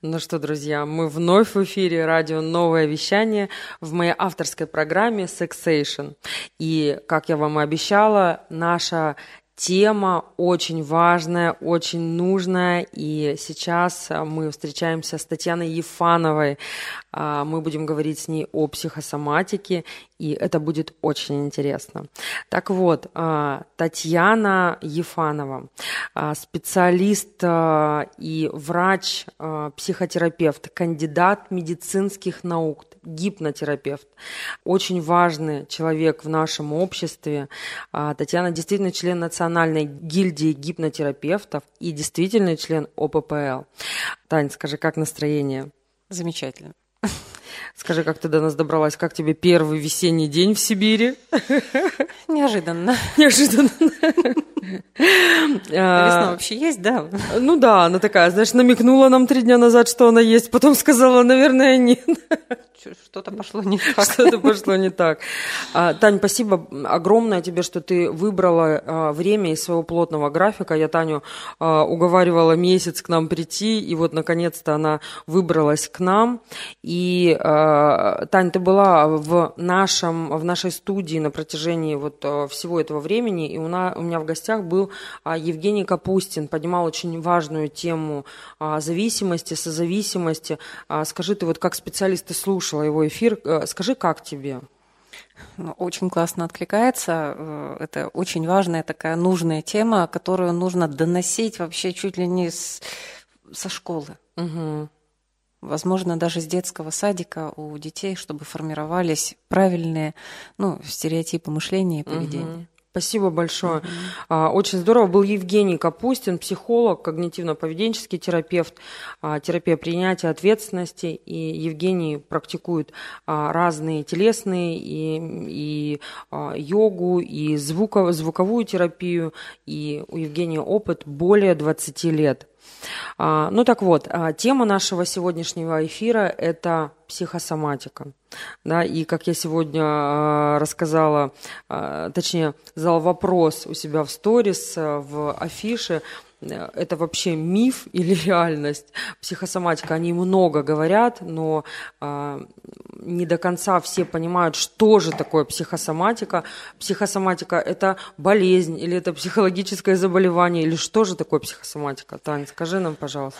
Ну что, друзья, мы вновь в эфире радио «Новое вещание» в моей авторской программе «Sexation». И, как я вам и обещала, наша тема очень важная, очень нужная, и сейчас мы встречаемся с Татьяной Ефановой. Мы будем говорить с ней о психосоматике, и это будет очень интересно. Так вот, Татьяна Ефанова, специалист и врач, психотерапевт, кандидат медицинских наук, гипнотерапевт. Очень важный человек в нашем обществе. Татьяна действительно член Национальной гильдии гипнотерапевтов и действительно член ОППЛ. Тань, скажи, как настроение? Замечательно. Скажи, как ты до нас добралась? Как тебе первый весенний день в Сибири? Неожиданно. Неожиданно. Весна вообще есть, да? Ну да, она такая, знаешь, намекнула нам 3 дня назад, что она есть, потом сказала, наверное, нет. Что-то пошло не так. Что-то пошло не так. Тань, спасибо огромное тебе, что ты выбрала время из своего плотного графика. Я Таню уговаривала месяц к нам прийти, и вот наконец-то она выбралась к нам. И, Тань, ты была в нашей студии на протяжении вот всего этого времени, и у меня в гостях был Евгений Капустин, поднимал очень важную тему зависимости, созависимости. Скажи, ты вот как специалист, ты слушала его эфир, скажи, как тебе? Очень классно откликается. Это очень важная такая нужная тема, которую нужно доносить вообще чуть ли не со школы. Угу. Возможно, даже с детского садика у детей, чтобы формировались правильные стереотипы мышления и поведения. Угу. Спасибо большое. Очень здорово. Был Евгений Капустин, психолог, когнитивно-поведенческий терапевт, терапия принятия ответственности. И Евгений практикует разные телесные и йогу, и звуковую терапию. И у Евгения опыт более 20 лет. Ну так вот, тема нашего сегодняшнего эфира – это психосоматика. Да, и как я сегодня рассказала, точнее, задала вопрос у себя в сторис, в афише, это вообще миф или реальность? Психосоматика, они много говорят, но не до конца все понимают, что же такое психосоматика. Психосоматика – это болезнь или это психологическое заболевание, или что же такое психосоматика? Таня, скажи нам, пожалуйста.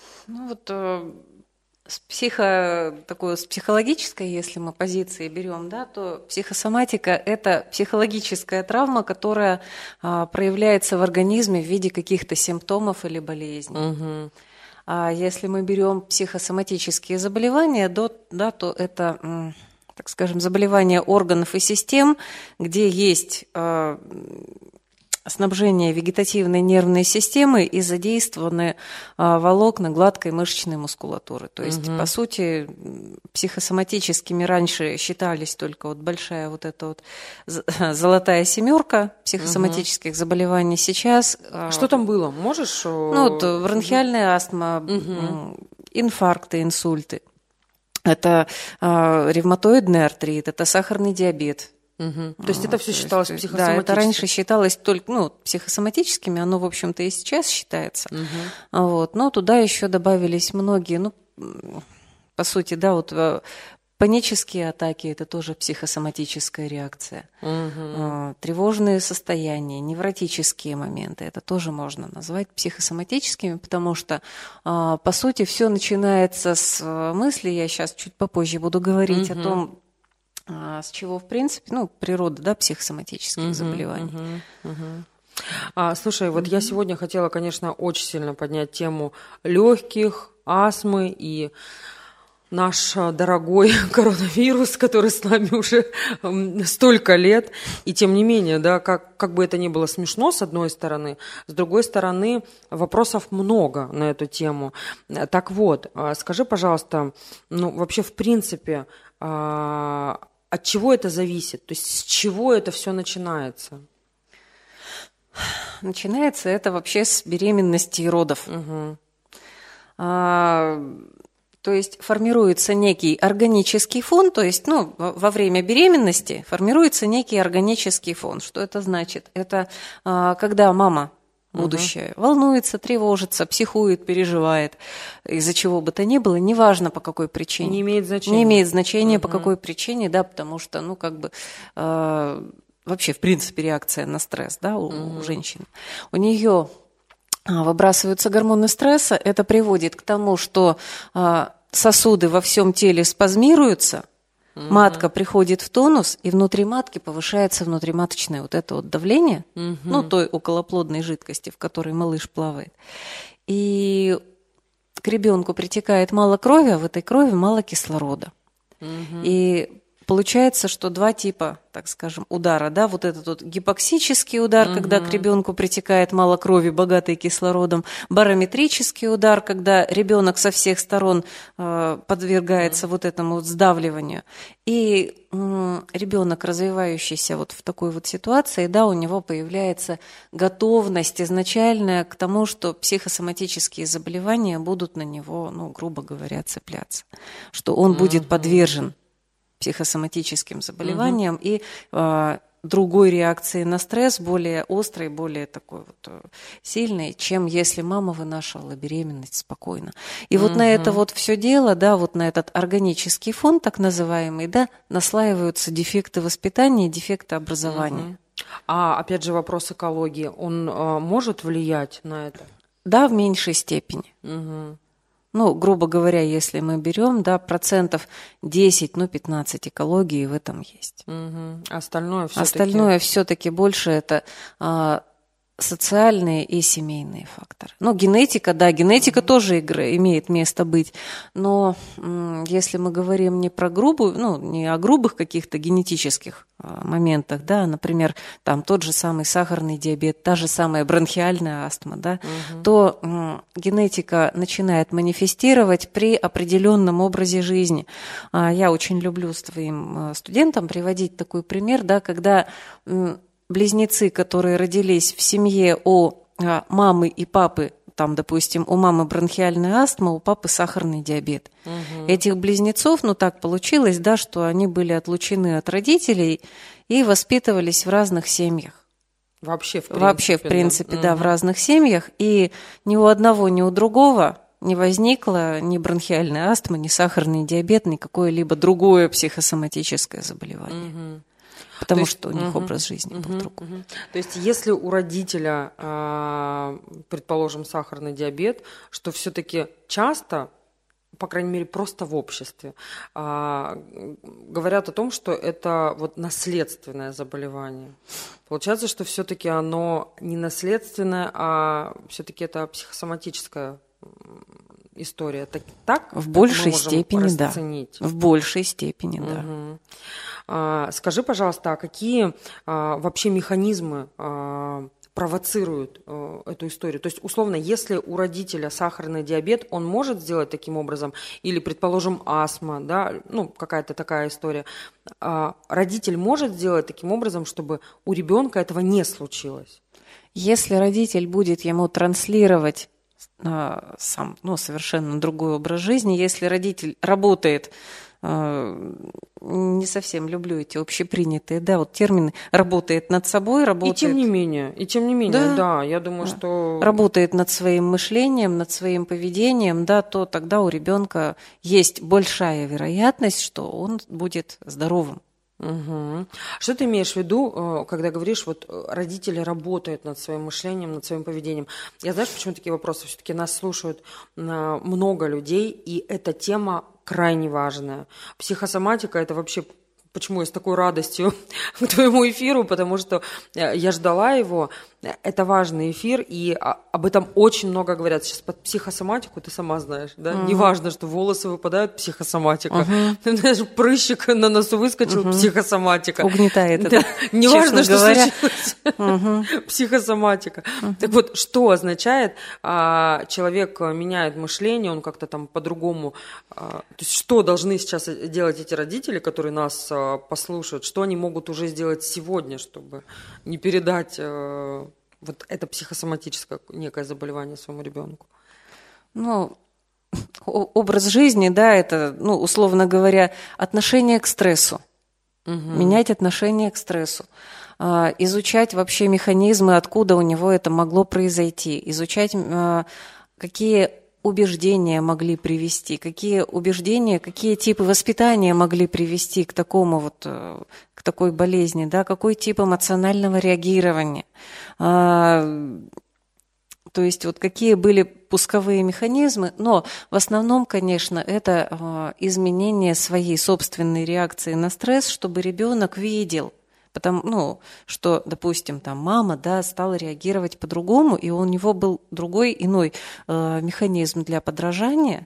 С психологической, если мы позиции берем, да, то психосоматика – это психологическая травма, которая проявляется в организме в виде каких-то симптомов или болезней. Угу. А если мы берем психосоматические заболевания, то это, так скажем, заболевания органов и систем, где есть снабжение вегетативной нервной системы и задействованы волокна гладкой мышечной мускулатуры. То есть, по сути, психосоматическими раньше считались только вот большая вот эта вот золотая семерка психосоматических заболеваний. Сейчас… Что там было? Можешь… бронхиальная астма, инфаркты, инсульты. Это ревматоидный артрит, это сахарный диабет. То есть это все считалось психосоматическим? Да, это раньше считалось только психосоматическими, оно, в общем-то, и сейчас считается. Но туда еще добавились многие, по сути, да, вот панические атаки – это тоже психосоматическая реакция. Тревожные состояния, невротические моменты – это тоже можно назвать психосоматическими, потому что, по сути, все начинается с мысли, я сейчас чуть попозже буду говорить о том, с чего, в принципе, природа, да, психосоматических заболеваний. Слушай, вот я сегодня хотела, конечно, очень сильно поднять тему легких, астмы и наш дорогой коронавирус, который с нами уже столько лет. И тем не менее, да, как бы это ни было смешно, с одной стороны, с другой стороны, вопросов много на эту тему. Так вот, скажи, пожалуйста, вообще, в принципе, от чего это зависит? То есть с чего это все начинается? Начинается это вообще с беременности и родов. То есть формируется некий органический фон, то есть во время беременности формируется некий органический фон. Что это значит? Это когда мама будущее. Волнуется, тревожится, психует, переживает, из-за чего бы то ни было, неважно по какой причине. Не имеет значения. Не имеет значения, по какой причине, да, потому что, вообще, в принципе, реакция на стресс, да, у женщины. У нее выбрасываются гормоны стресса, это приводит к тому, что сосуды во всем теле спазмируются, матка приходит в тонус, и внутри матки повышается внутриматочное вот это вот давление, той околоплодной жидкости, в которой малыш плавает. И к ребенку притекает мало крови, а в этой крови мало кислорода. И получается, что два типа, так скажем, удара, да, вот этот вот гипоксический удар, когда к ребенку притекает мало крови, богатый кислородом, барометрический удар, когда ребенок со всех сторон подвергается вот этому вот сдавливанию. И ребенок, развивающийся вот в такой вот ситуации, да, у него появляется готовность изначальная к тому, что психосоматические заболевания будут на него, грубо говоря, цепляться, что он будет подвержен психосоматическим заболеваниям и другой реакции на стресс, более острой, более такой вот сильной, чем если мама вынашивала беременность спокойно. И вот на это вот все дело, да, вот на этот органический фон, так называемый, да, наслаиваются дефекты воспитания, дефекты образования. А опять же вопрос экологии, он может влиять на это? Да, в меньшей степени. Грубо говоря, если мы берем, да, 10%, 15% экологии в этом есть. Остальное все-таки больше это социальные и семейные факторы. Генетика, да, генетика тоже имеет место быть, но если мы говорим не про грубую, не о грубых каких-то генетических моментах, да, например, там тот же самый сахарный диабет, та же самая бронхиальная астма, да, то генетика начинает манифестировать при определенном образе жизни. Я очень люблю своим студентам приводить такой пример, да, когда близнецы, которые родились в семье у мамы и папы, там, допустим, у мамы бронхиальная астма, у папы сахарный диабет. Этих близнецов, так получилось, да, что они были отлучены от родителей и воспитывались в разных семьях. Вообще, в принципе, да, в разных семьях. И ни у одного, ни у другого не возникло ни бронхиальная астма, ни сахарный диабет, ни какое-либо другое психосоматическое заболевание. Потому что у них образ жизни был другой. То есть если у родителя, предположим, сахарный диабет, что все-таки часто, по крайней мере, просто в обществе, говорят о том, что это вот наследственное заболевание. Получается, что все-таки оно не наследственное, а все-таки это психосоматическая история. Так? В большей степени, да. В большей степени, да. Скажи, пожалуйста, а какие вообще механизмы провоцируют эту историю? То есть, условно, если у родителя сахарный диабет, он может сделать таким образом, или, предположим, астма, да, какая-то такая история, родитель может сделать таким образом, чтобы у ребенка этого не случилось? Если родитель будет ему транслировать сам, совершенно другой образ жизни, если родитель работает, не совсем люблю эти общепринятые, да, вот термины, работает над собой, работает... И тем не менее, да, я думаю, что... Работает над своим мышлением, над своим поведением, да, то тогда у ребенка есть большая вероятность, что он будет здоровым. Что ты имеешь в виду, когда говоришь, вот родители работают над своим мышлением, над своим поведением? Я знаю, почему такие вопросы? Все-таки нас слушают много людей, и эта тема крайне важная. Психосоматика – это вообще... Почему я с такой радостью к твоему эфиру? Потому что я ждала его. Это важный эфир, и об этом очень много говорят. Сейчас под психосоматику, ты сама знаешь, да? Неважно, что волосы выпадают, психосоматика. Даже прыщик на носу выскочил, психосоматика. Угнетает это, неважно, что случилось. Психосоматика. Так вот, что означает, человек меняет мышление, он как-то там по-другому... То есть что должны сейчас делать эти родители, которые нас послушают? Что они могут уже сделать сегодня, чтобы не передать... вот это психосоматическое некое заболевание своему ребенку? Образ жизни, да, это, условно говоря, отношение к стрессу. Менять отношение к стрессу. изучать вообще механизмы, откуда у него это могло произойти, изучать, какие убеждения могли привести, какие убеждения, какие типы воспитания могли привести к такому вот, к такой болезни, да, какой тип эмоционального реагирования. То есть вот какие были пусковые механизмы, но в основном, конечно, это изменение своей собственной реакции на стресс, чтобы ребенок видел, что, допустим, там мама, да, стала реагировать по-другому, и у него был другой, иной механизм для подражания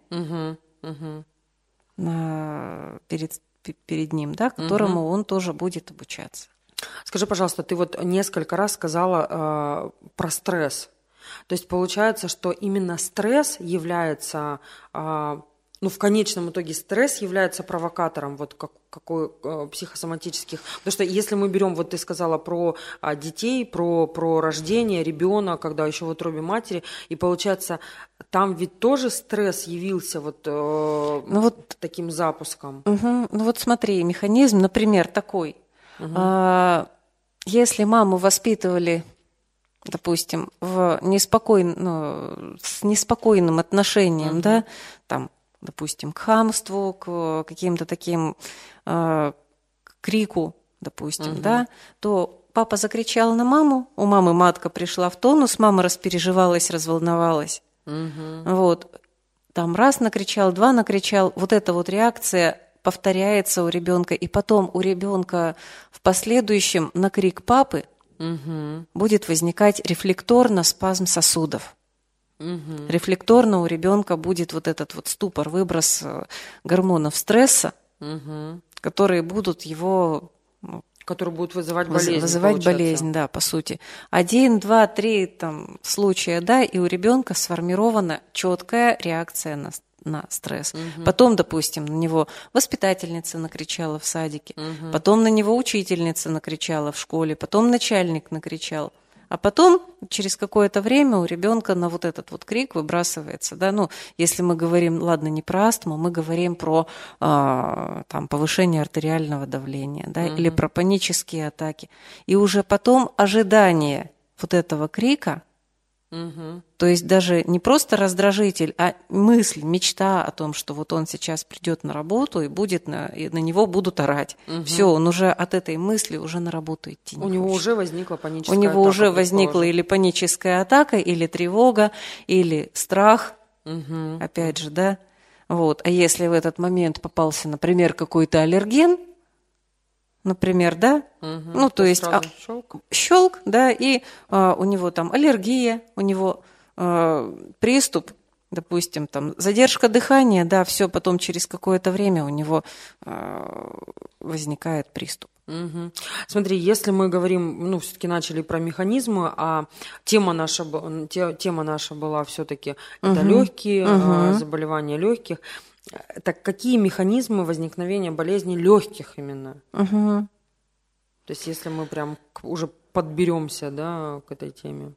перед ним, да, которому он тоже будет обучаться. Скажи, пожалуйста, ты вот несколько раз сказала про стресс. То есть получается, что именно стресс является, в конечном итоге стресс является провокатором какой психосоматических. Потому что если мы берем, вот ты сказала про детей, про рождение ребенка, когда еще в утробе матери, и получается, там ведь тоже стресс явился таким запуском. Ну вот смотри, механизм, например, такой. Если маму воспитывали, допустим, с неспокойным отношением, да, там, допустим, к хамству, к каким-то таким к крику, допустим, да, то папа закричал на маму, у мамы матка пришла в тонус, мама распереживалась, разволновалась. Вот, там раз накричал, два накричал, вот эта вот реакция повторяется у ребенка, и потом у ребенка в последующем на крик папы будет возникать рефлекторно спазм сосудов. Рефлекторно у ребенка будет вот этот вот ступор, выброс гормонов стресса, которые будут его... которые будут вызывать болезнь. Вызывать болезнь, да, по сути. 1, 2, 3 там, случая, да, и у ребенка сформирована четкая реакция на стресс. Потом, допустим, на него воспитательница накричала в садике, потом на него учительница накричала в школе, потом начальник накричал. А потом, через какое-то время у ребенка на вот этот вот крик выбрасывается. Да? Если мы говорим, ладно, не про астму, мы говорим про повышение артериального давления, да? Или про панические атаки. И уже потом ожидание вот этого крика, то есть даже не просто раздражитель, а мысль, мечта о том, что вот он сейчас придет на работу и на него будут орать. Все, он уже от этой мысли уже на работу идти не хочет. У него уже возникла паническая атака. У него уже возникла или паническая атака, или тревога, или страх, опять же, да. Вот. А если в этот момент попался, например, какой-то аллерген, например, да, то есть щелк, да, и у него там аллергия, у него приступ, допустим, там задержка дыхания, да, все, потом через какое-то время у него возникает приступ. Смотри, если мы говорим, все-таки начали про механизмы, а тема наша была все-таки это легкие, заболевания легких. Так какие механизмы возникновения болезней легких именно? То есть если мы прям уже подберемся, да, к этой теме.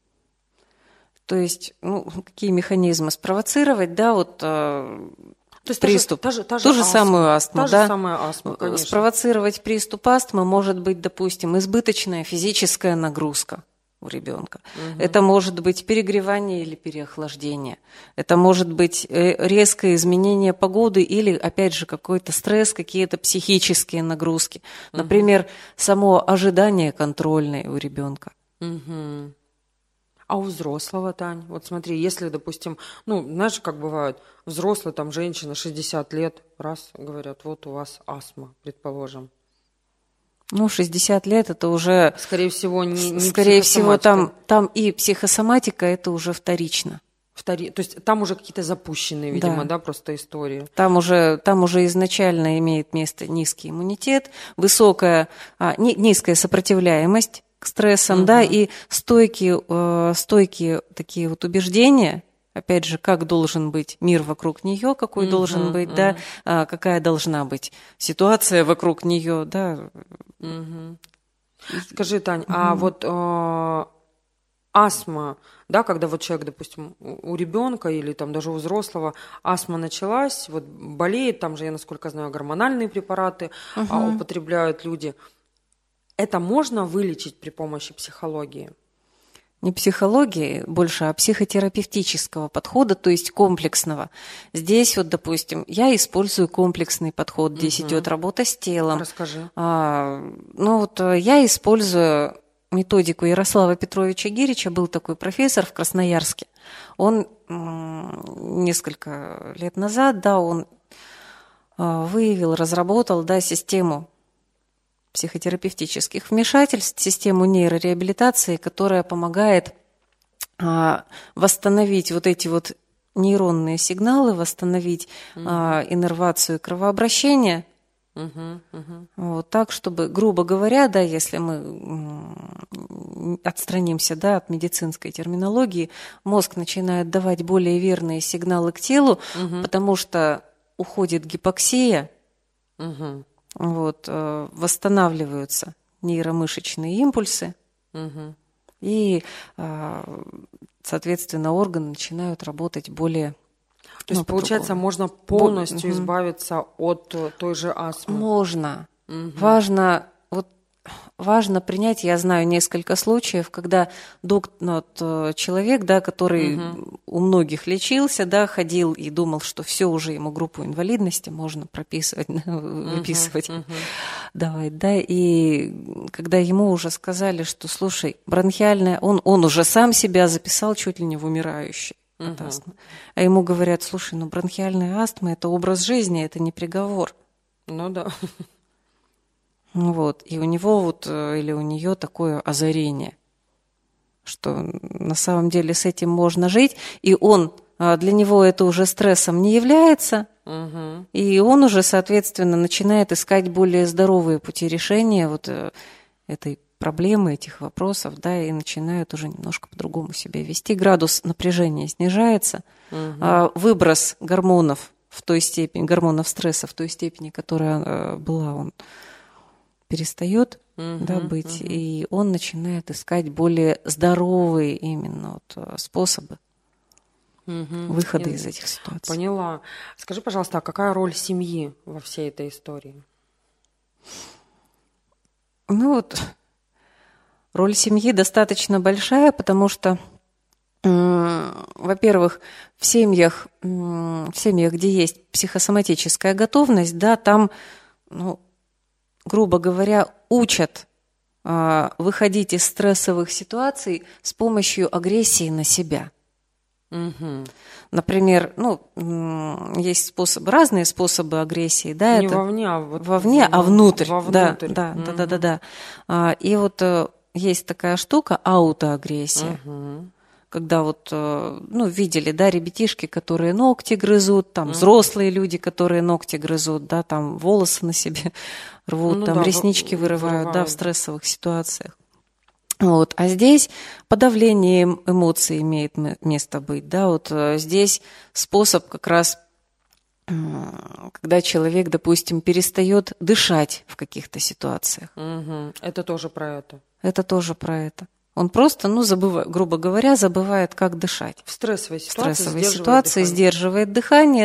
То есть, какие механизмы спровоцировать, да, вот то есть приступ, ту же самую астму, да? Самая астма, конечно. Спровоцировать приступ астмы может быть, допустим, избыточная физическая нагрузка у ребенка. Это может быть перегревание или переохлаждение. Это может быть резкое изменение погоды или, опять же, какой-то стресс, какие-то психические нагрузки. Например, само ожидание контрольное у ребенка. А у взрослого, Тань, вот смотри, если, допустим, знаешь, как бывает, взрослая там женщина, 60 лет, раз, говорят, вот у вас астма, предположим. 60 лет это уже... Скорее всего, не скорее всего, там и психосоматика, это уже вторично. То есть там уже какие-то запущенные, видимо, да, просто истории. Там уже изначально имеет место низкий иммунитет, низкая сопротивляемость к стрессам, да, и стойкие такие вот убеждения, опять же, как должен быть мир вокруг нее, какой должен быть, да, какая должна быть ситуация вокруг нее, да. Скажи, Тань, а вот астма, да, когда вот человек, допустим, у ребенка или там даже у взрослого астма началась, вот болеет, там же, я насколько знаю, гормональные препараты употребляют люди. Это можно вылечить при помощи психологии? Не психологии больше, а психотерапевтического подхода, то есть комплексного. Здесь вот, допустим, я использую комплексный подход. Здесь идет работа с телом. Расскажи. Я использую методику Ярослава Петровича Гирича. Был такой профессор в Красноярске. Он несколько лет назад, он выявил, разработал, систему психотерапевтических вмешательств, систему нейрореабилитации, которая помогает восстановить вот эти вот нейронные сигналы, восстановить иннервацию кровообращения, вот так, чтобы, грубо говоря, если мы отстранимся от медицинской терминологии, мозг начинает давать более верные сигналы к телу, потому что уходит гипоксия, восстанавливаются нейромышечные импульсы, и, соответственно, органы начинают работать более... То есть, получается, можно полностью избавиться от той же астмы? Можно. Важно принять, я знаю несколько случаев, когда человек, который у многих лечился, ходил и думал, что все уже ему группу инвалидности можно выписывать, давать, и когда ему уже сказали, что, слушай, бронхиальная, он уже сам себя записал чуть ли не в умирающий от астмы, а ему говорят, слушай, бронхиальная астма – это образ жизни, это не приговор. Ну да. И у него или у нее такое озарение, что на самом деле с этим можно жить, и для него это уже стрессом не является, и он уже, соответственно, начинает искать более здоровые пути решения этой проблемы, этих вопросов, и начинает уже немножко по-другому себя вести. Градус напряжения снижается, выброс гормонов в той степени, гормонов стресса в той степени, которая была, он перестает быть, и он начинает искать более здоровые именно способы выхода из этих ситуаций. Поняла. Скажи, пожалуйста, а какая роль семьи во всей этой истории? Роль семьи достаточно большая, потому что, во-первых, в семьях, где есть психосоматическая готовность, там, грубо говоря, учат выходить из стрессовых ситуаций с помощью агрессии на себя. Например, есть разные способы агрессии, Не это вовне, а внутрь. Вовнутрь. Да. И есть такая штука аутоагрессия. Когда видели, ребятишки, которые ногти грызут, взрослые люди, которые ногти грызут, там волосы на себе рвут, реснички вырывают, в стрессовых ситуациях. А здесь подавление эмоций имеет место быть, здесь способ как раз, когда человек, допустим, перестает дышать в каких-то ситуациях. Это тоже про это? Это тоже про это. Он просто, грубо говоря, забывает, как дышать. В стрессовой ситуации сдерживает дыхание,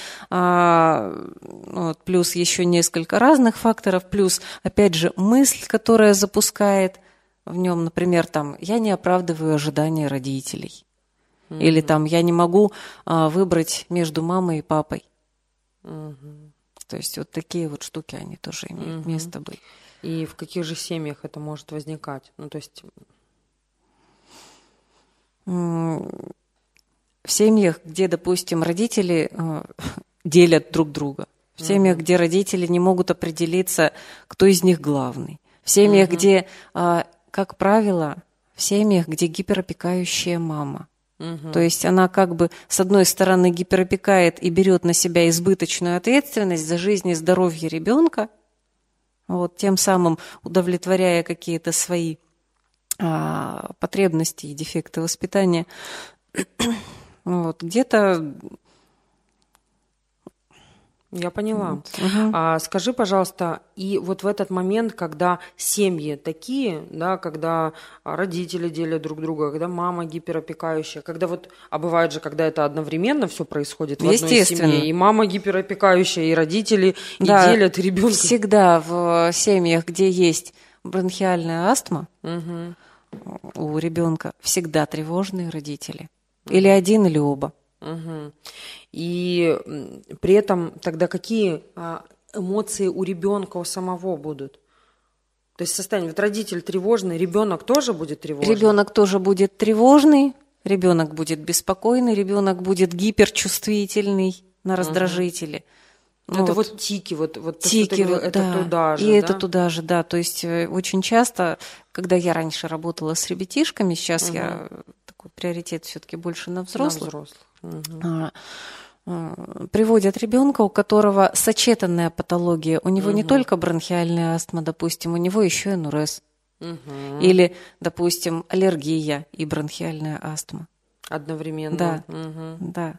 плюс еще несколько разных факторов, плюс, опять же, мысль, которая запускает в нем, например, я не оправдываю ожидания родителей. Или я не могу выбрать между мамой и папой. То есть такие штуки, они тоже имеют место быть. И в каких же семьях это может возникать? В семьях, где, допустим, родители делят друг друга. В семьях, где родители не могут определиться, кто из них главный. В семьях, где, как правило, в семьях, где гиперопекающая мама. То есть она с одной стороны гиперопекает и берет на себя избыточную ответственность за жизнь и здоровье ребенка, тем самым удовлетворяя какие-то свои потребности и дефекты воспитания. Где-то... Я поняла. Скажи, пожалуйста, и в этот момент, когда семьи такие, когда родители делят друг друга, когда мама гиперопекающая, когда а бывает же, когда это одновременно все происходит в одной семье, и мама гиперопекающая, и родители, и делят, и ребенка. Всегда в семьях, где есть бронхиальная астма у ребенка, всегда тревожные родители. Или один, или оба. И при этом тогда какие эмоции у ребенка у самого будут? То есть состояние, вот родитель тревожный, ребенок тоже будет тревожный? Ребенок тоже будет тревожный, ребенок будет беспокойный, ребенок будет гиперчувствительный на раздражители. Это вот тики, вот тики, то, это да, туда же, и да? это туда же, да. То есть очень часто, когда я раньше работала с ребятишками, сейчас я такой приоритет все-таки больше на взрослых. Приводят ребенка, у которого сочетанная патология, у него не только бронхиальная астма, допустим, у него еще и НРС. Или, допустим, аллергия и бронхиальная астма. Одновременно. Да.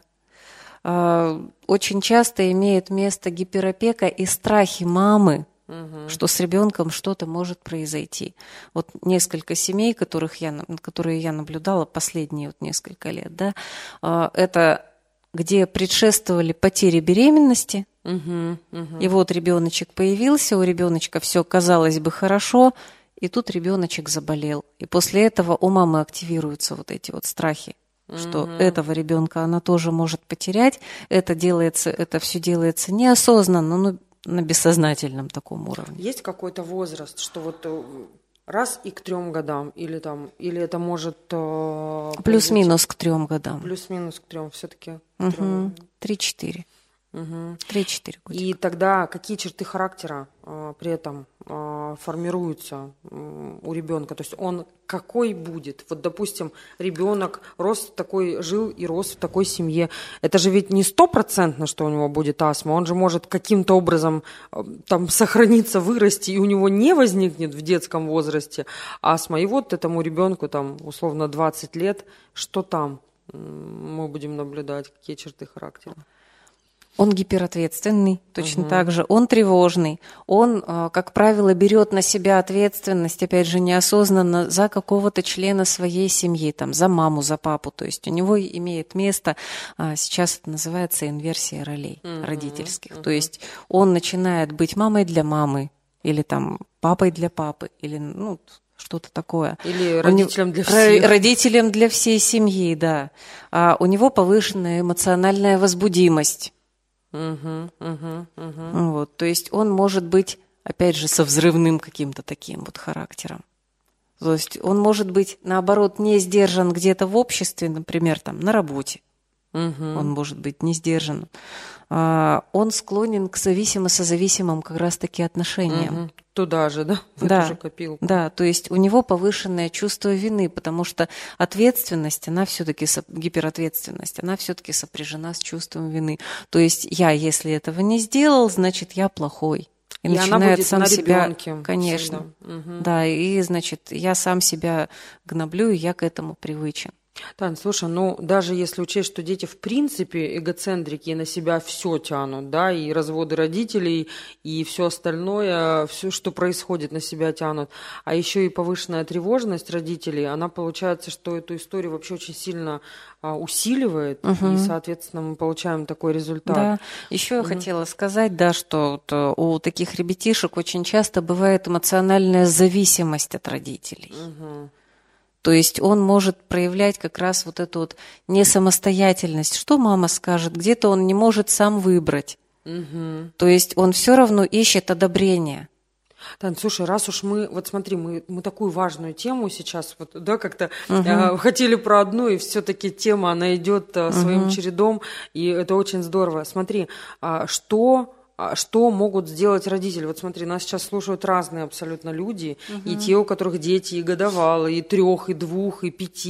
Очень часто имеет место гиперопека и страхи мамы, что с ребенком что-то может произойти. Вот несколько семей, которые я наблюдала последние несколько лет, да, это где предшествовали потери беременности, и вот ребеночек появился, у ребеночка все казалось бы хорошо, и тут ребеночек заболел. И после этого у мамы активируются вот эти вот страхи, что этого ребенка она тоже может потерять. Это все делается неосознанно, но на бессознательном таком уровне. Есть какой-то возраст, что вот раз и к 3 годам, или это может... Плюс-минус к 3 годам. Плюс-минус к 3, все-таки. 3-4. 3-4 года. И тогда какие черты характера при этом формируются у ребенка? То есть он какой будет? Вот, допустим, ребенок жил и рос в такой семье. Это же ведь не 100%, что у него будет астма. Он же может каким-то образом там сохраниться, вырасти, и у него не возникнет в детском возрасте астма. И вот этому ребенку там условно 20 лет, что там мы будем наблюдать, какие черты характера? Он гиперответственный, точно так же. Он тревожный. Он, как правило, берет на себя ответственность, опять же, неосознанно за какого-то члена своей семьи, там, за маму, за папу. То есть у него имеет место, сейчас это называется инверсия ролей родительских. То есть он начинает быть мамой для мамы, или там папой для папы, или что-то такое. Или родителем для всех. Родителем для всей семьи, да. А у него повышенная эмоциональная возбудимость. Вот, то есть он может быть, опять же, со взрывным каким-то таким вот характером. То есть он может быть, наоборот, не сдержан где-то в обществе, например, там, на работе. Он может быть не сдержан. Он склонен к созависимым как раз-таки отношениям. Туда же, да? В эту же копилку. Да, то есть у него повышенное чувство вины, потому что ответственность, гиперответственность, она все-таки сопряжена с чувством вины. То есть если этого не сделал, значит, я плохой. И начинает она будет сам на себя, ребенке, конечно, да, и значит, я сам себя гноблю, и я к этому привычен. Тань, слушай, даже если учесть, что дети в принципе эгоцентрики и на себя все тянут, да, и разводы родителей, и все остальное, все, что происходит, на себя тянут, а еще и повышенная тревожность родителей, она получается, что эту историю вообще очень сильно усиливает, и, соответственно, мы получаем такой результат. Да, еще я хотела сказать, да, что у таких ребятишек очень часто бывает эмоциональная зависимость от родителей. То есть он может проявлять как раз вот эту вот несамостоятельность. Что мама скажет? Где-то он не может сам выбрать. То есть он все равно ищет одобрения. Тань, слушай, раз уж мы такую важную тему сейчас как-то хотели про одну, и все-таки тема, она идет своим чередом, и это очень здорово. Смотри, что могут сделать родители? Вот смотри, нас сейчас слушают разные абсолютно люди, и те, у которых дети и годовалые, и 3, и 2, и 5,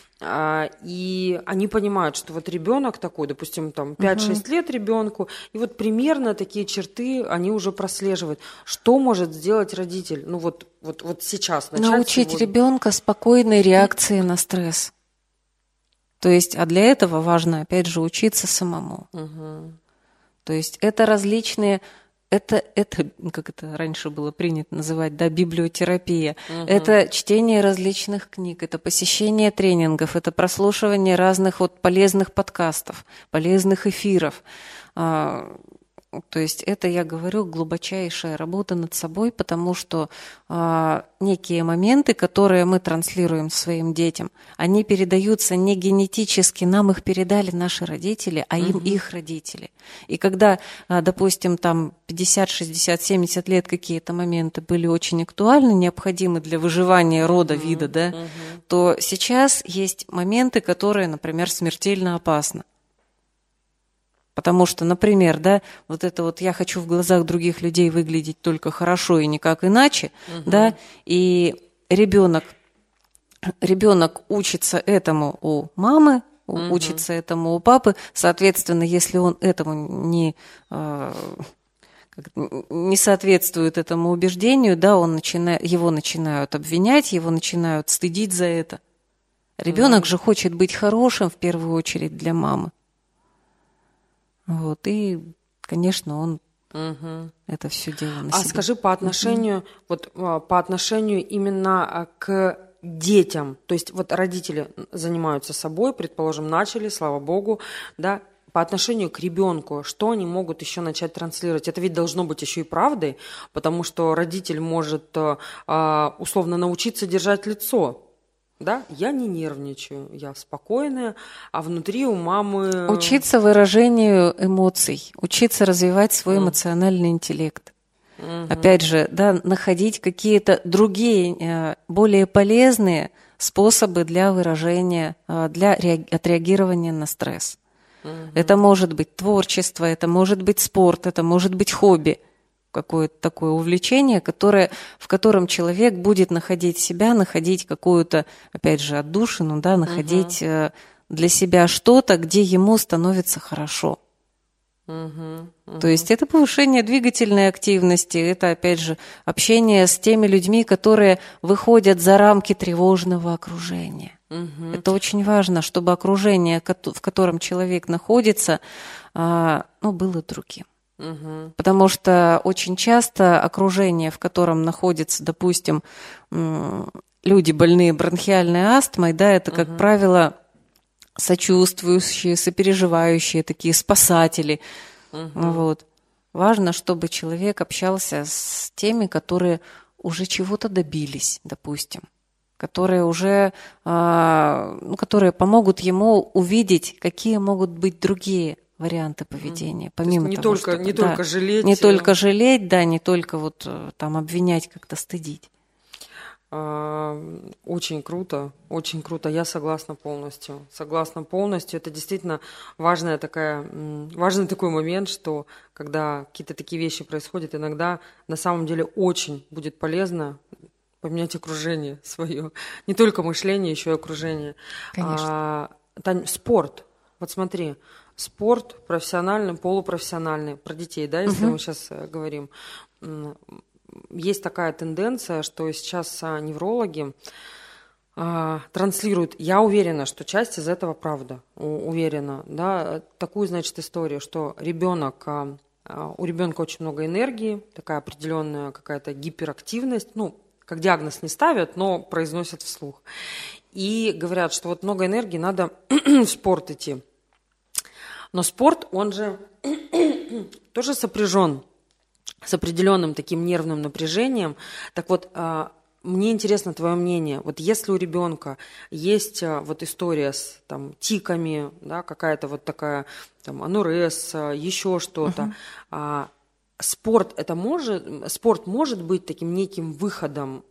и они понимают, что вот ребенок такой, допустим, там 5-6 лет ребенку, и вот примерно такие черты они уже прослеживают. Что может сделать родитель? Вот сейчас начать. Научить ребенка спокойной реакции на стресс. То есть, а для этого важно, опять же, учиться самому. То есть это различные, это как это раньше было принято называть, да, библиотерапия. Это чтение различных книг, это посещение тренингов, это прослушивание разных полезных подкастов, полезных эфиров. То есть это, я говорю, глубочайшая работа над собой, потому что некие моменты, которые мы транслируем своим детям, они передаются не генетически, нам их передали наши родители, а им их родители. И когда, допустим, там 50, 60, 70 лет какие-то моменты были очень актуальны, необходимы для выживания рода, вида, да, то сейчас есть моменты, которые, например, смертельно опасны. Потому что, например, да, вот это вот я хочу в глазах других людей выглядеть только хорошо и никак иначе, да, и ребенок учится этому у мамы, учится этому у папы, соответственно, если он этому не соответствует этому убеждению, да, его начинают обвинять, его начинают стыдить за это. Ребенок же хочет быть хорошим в первую очередь для мамы. Вот, и, конечно, он это все дело на себе. А скажи, по отношению именно к детям, то есть вот родители занимаются собой, предположим, начали, слава богу, да, по отношению к ребенку, что они могут еще начать транслировать? Это ведь должно быть еще и правдой, потому что родитель может условно научиться держать лицо. Да, я не нервничаю, я спокойная, а внутри у мамы... Учиться выражению эмоций, учиться развивать свой эмоциональный интеллект. Опять же, да, находить какие-то другие, более полезные способы для выражения, для отреагирования на стресс. Это может быть творчество, это может быть спорт, это может быть хобби. Какое-то такое увлечение, в котором человек будет находить себя, находить какую-то, опять же, отдушину, да, находить для себя что-то, где ему становится хорошо. То есть это повышение двигательной активности, это, опять же, общение с теми людьми, которые выходят за рамки тревожного окружения. Это очень важно, чтобы окружение, в котором человек находится, было другим. Потому что очень часто окружение, в котором находятся, допустим, люди, больные бронхиальной астмой, да, это, как правило, сочувствующие, сопереживающие, такие спасатели. Вот. Важно, чтобы человек общался с теми, которые уже чего-то добились, допустим, которые уже, которые помогут ему увидеть, какие могут быть другие варианты поведения, помимо не того, только, чтобы, не только жалеть. Не только жалеть, да, не только вот там обвинять, как-то стыдить. Очень круто, я согласна полностью. Это действительно важный такой момент, что когда какие-то такие вещи происходят, иногда на самом деле очень будет полезно поменять окружение свое. Не только мышление, еще и окружение. Конечно. Тань, спорт. Вот смотри, спорт профессиональный, полупрофессиональный, про детей, да, если мы сейчас говорим. Есть такая тенденция, что сейчас неврологи транслируют, я уверена, что часть из этого правда, уверена, да, такую, значит, историю, что у ребенка очень много энергии, такая определенная какая-то гиперактивность, как диагноз не ставят, но произносят вслух. И говорят, что вот много энергии, надо в спорт идти. Но спорт, он же тоже сопряжен с определенным таким нервным напряжением. Так вот, мне интересно твое мнение. Вот если у ребенка есть вот история с тиками, да, какая-то вот такая анурез, еще что-то, спорт может быть таким неким выходом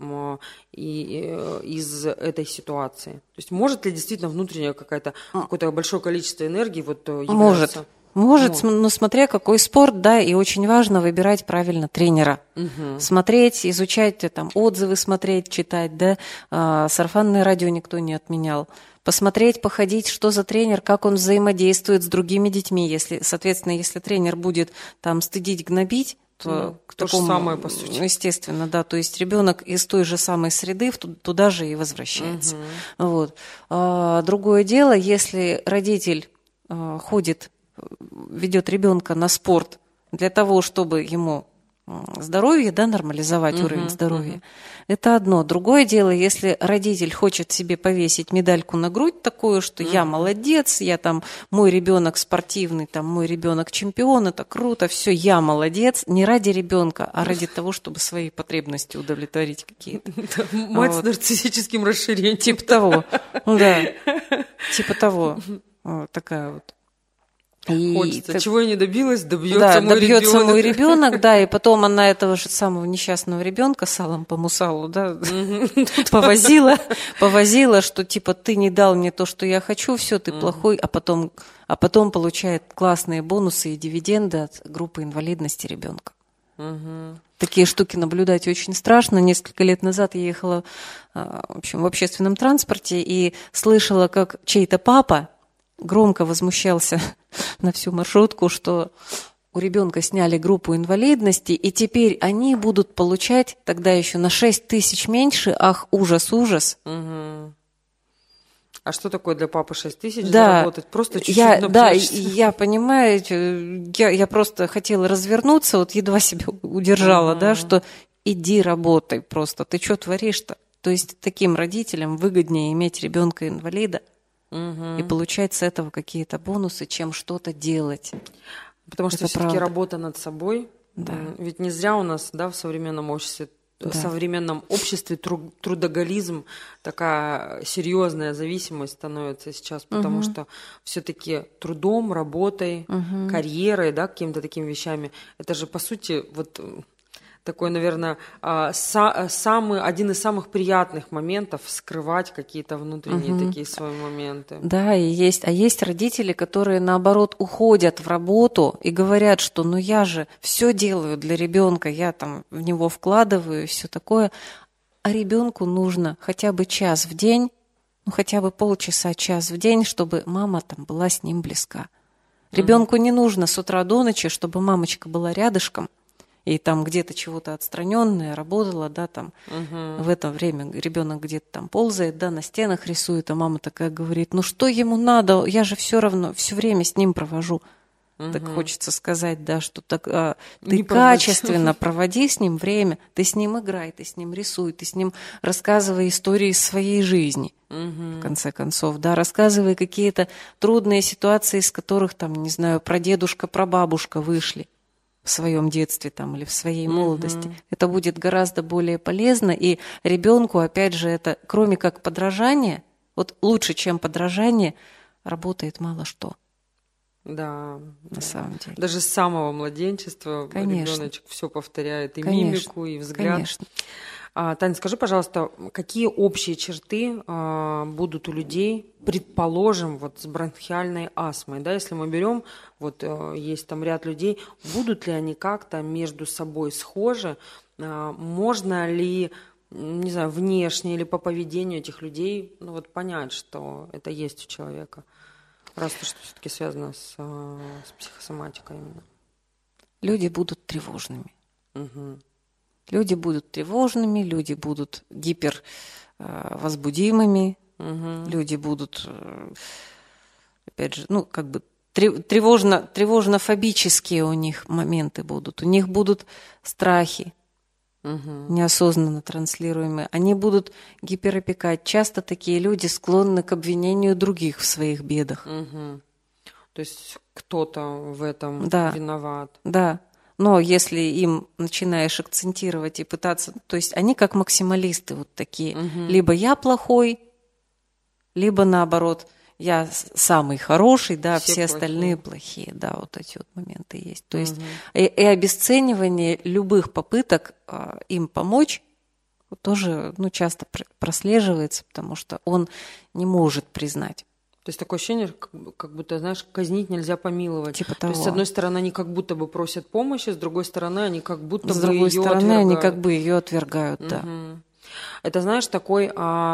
из этой ситуации? То есть может ли действительно внутреннее какое-то большое количество энергии являться? Может, но смотря какой спорт, да, и очень важно выбирать правильно тренера. Смотреть, изучать, отзывы смотреть, читать, да, сарафанное радио никто не отменял. Посмотреть, походить, что за тренер, как он взаимодействует с другими детьми. Соответственно, если тренер будет стыдить, гнобить, то к такому, самое, по сути. Естественно, да, то есть ребенок из той же самой среды туда же и возвращается. Вот. Другое дело, если родитель ведет ребенка на спорт для того, чтобы ему здоровья, да, нормализовать уровень здоровья. Это одно. Другое дело, если родитель хочет себе повесить медальку на грудь такую, что я молодец, я там, мой ребенок спортивный, там, мой ребенок чемпион, это круто, все, я молодец, не ради ребенка, а ради того, чтобы свои потребности удовлетворить какие-то. Мать с нарциссическим расширением. Типа того, да, типа того. Такая вот. И хочется. Чего я не добилась, добьется мой ребенок, да, и потом она этого же самого несчастного ребенка салом по мусалу, да, повозила, что типа ты не дал мне то, что я хочу, все, ты плохой, а потом получает классные бонусы и дивиденды от группы инвалидности ребенка. Такие штуки наблюдать очень страшно. Несколько лет назад я ехала, в общем, в общественном транспорте и слышала, как чей-то папа громко возмущался на всю маршрутку, что у ребенка сняли группу инвалидности, и теперь они будут получать тогда еще на 6 тысяч меньше. Ах, ужас, ужас. А что такое для папы 6 тысяч заработать? Просто чуть-чуть напрячься. Да, я понимаю, я просто хотела развернуться, вот едва себя удержала, да, что иди работай просто. Ты что творишь-то? То есть таким родителям выгоднее иметь ребенка-инвалида, и получать с этого какие-то бонусы, чем что-то делать. Потому что все-таки работа над собой. Да. Ведь не зря у нас, да, в современном обществе трудоголизм, такая серьезная зависимость становится сейчас, потому что все-таки трудом, работой, карьерой, да, какими-то такими вещами, это же по сути вот такой, наверное, один из самых приятных моментов скрывать какие-то внутренние такие свои моменты. Да, есть родители, которые, наоборот, уходят в работу и говорят, что ну я же все делаю для ребенка, я там в него вкладываю и все такое, а ребенку нужно хотя бы час в день, ну хотя бы полчаса, час в день, чтобы мама там была с ним близка. Ребенку не нужно с утра до ночи, чтобы мамочка была рядышком, и там где-то чего-то отстраненное работала, да, там в это время ребенок где-то там ползает, да, на стенах рисует, а мама такая говорит, ну что ему надо, я же все равно все время с ним провожу. Так хочется сказать, да, что так, ты качественно проводи с ним время, ты с ним играй, ты с ним рисуй, ты с ним рассказывай истории из своей жизни, в конце концов, да, рассказывай какие-то трудные ситуации, из которых, там, не знаю, прадедушка, прабабушка вышли в своем детстве там, или в своей молодости. Это будет гораздо более полезно, и ребенку, опять же, это, кроме как подражания, вот лучше, чем подражание, работает мало что. Да, на самом деле. Даже с самого младенчества ребеночек все повторяет, и мимику, и взгляд. Конечно. Таня, скажи, пожалуйста, какие общие черты будут у людей, предположим, вот с бронхиальной астмой, да, если мы берем, вот есть там ряд людей, будут ли они как-то между собой схожи, можно ли, не знаю, внешне или по поведению этих людей, ну вот понять, что это есть у человека, раз то, что все-таки связано с психосоматикой именно? Люди будут тревожными. Люди будут тревожными, люди будут гипервозбудимыми, люди будут, опять же, ну, как бы тревожно-фобические у них моменты будут. У них будут страхи, неосознанно транслируемые. Они будут гиперопекать. Часто такие люди склонны к обвинению других в своих бедах. То есть кто-то в этом виноват. Да. Но если им начинаешь акцентировать и пытаться... То есть они как максималисты вот такие. Либо я плохой, либо наоборот, я самый хороший, да, все остальные плохие. Да, вот эти вот моменты есть. То есть и обесценивание любых попыток им помочь тоже часто прослеживается, потому что он не может признать. То есть такое ощущение, как будто, знаешь, казнить нельзя помиловать. Типа того. То есть, с одной стороны, они как будто бы просят помощи, с другой стороны, они как будто бы ее отвергают. С другой стороны, они как бы ее отвергают, да. Это, знаешь, такой,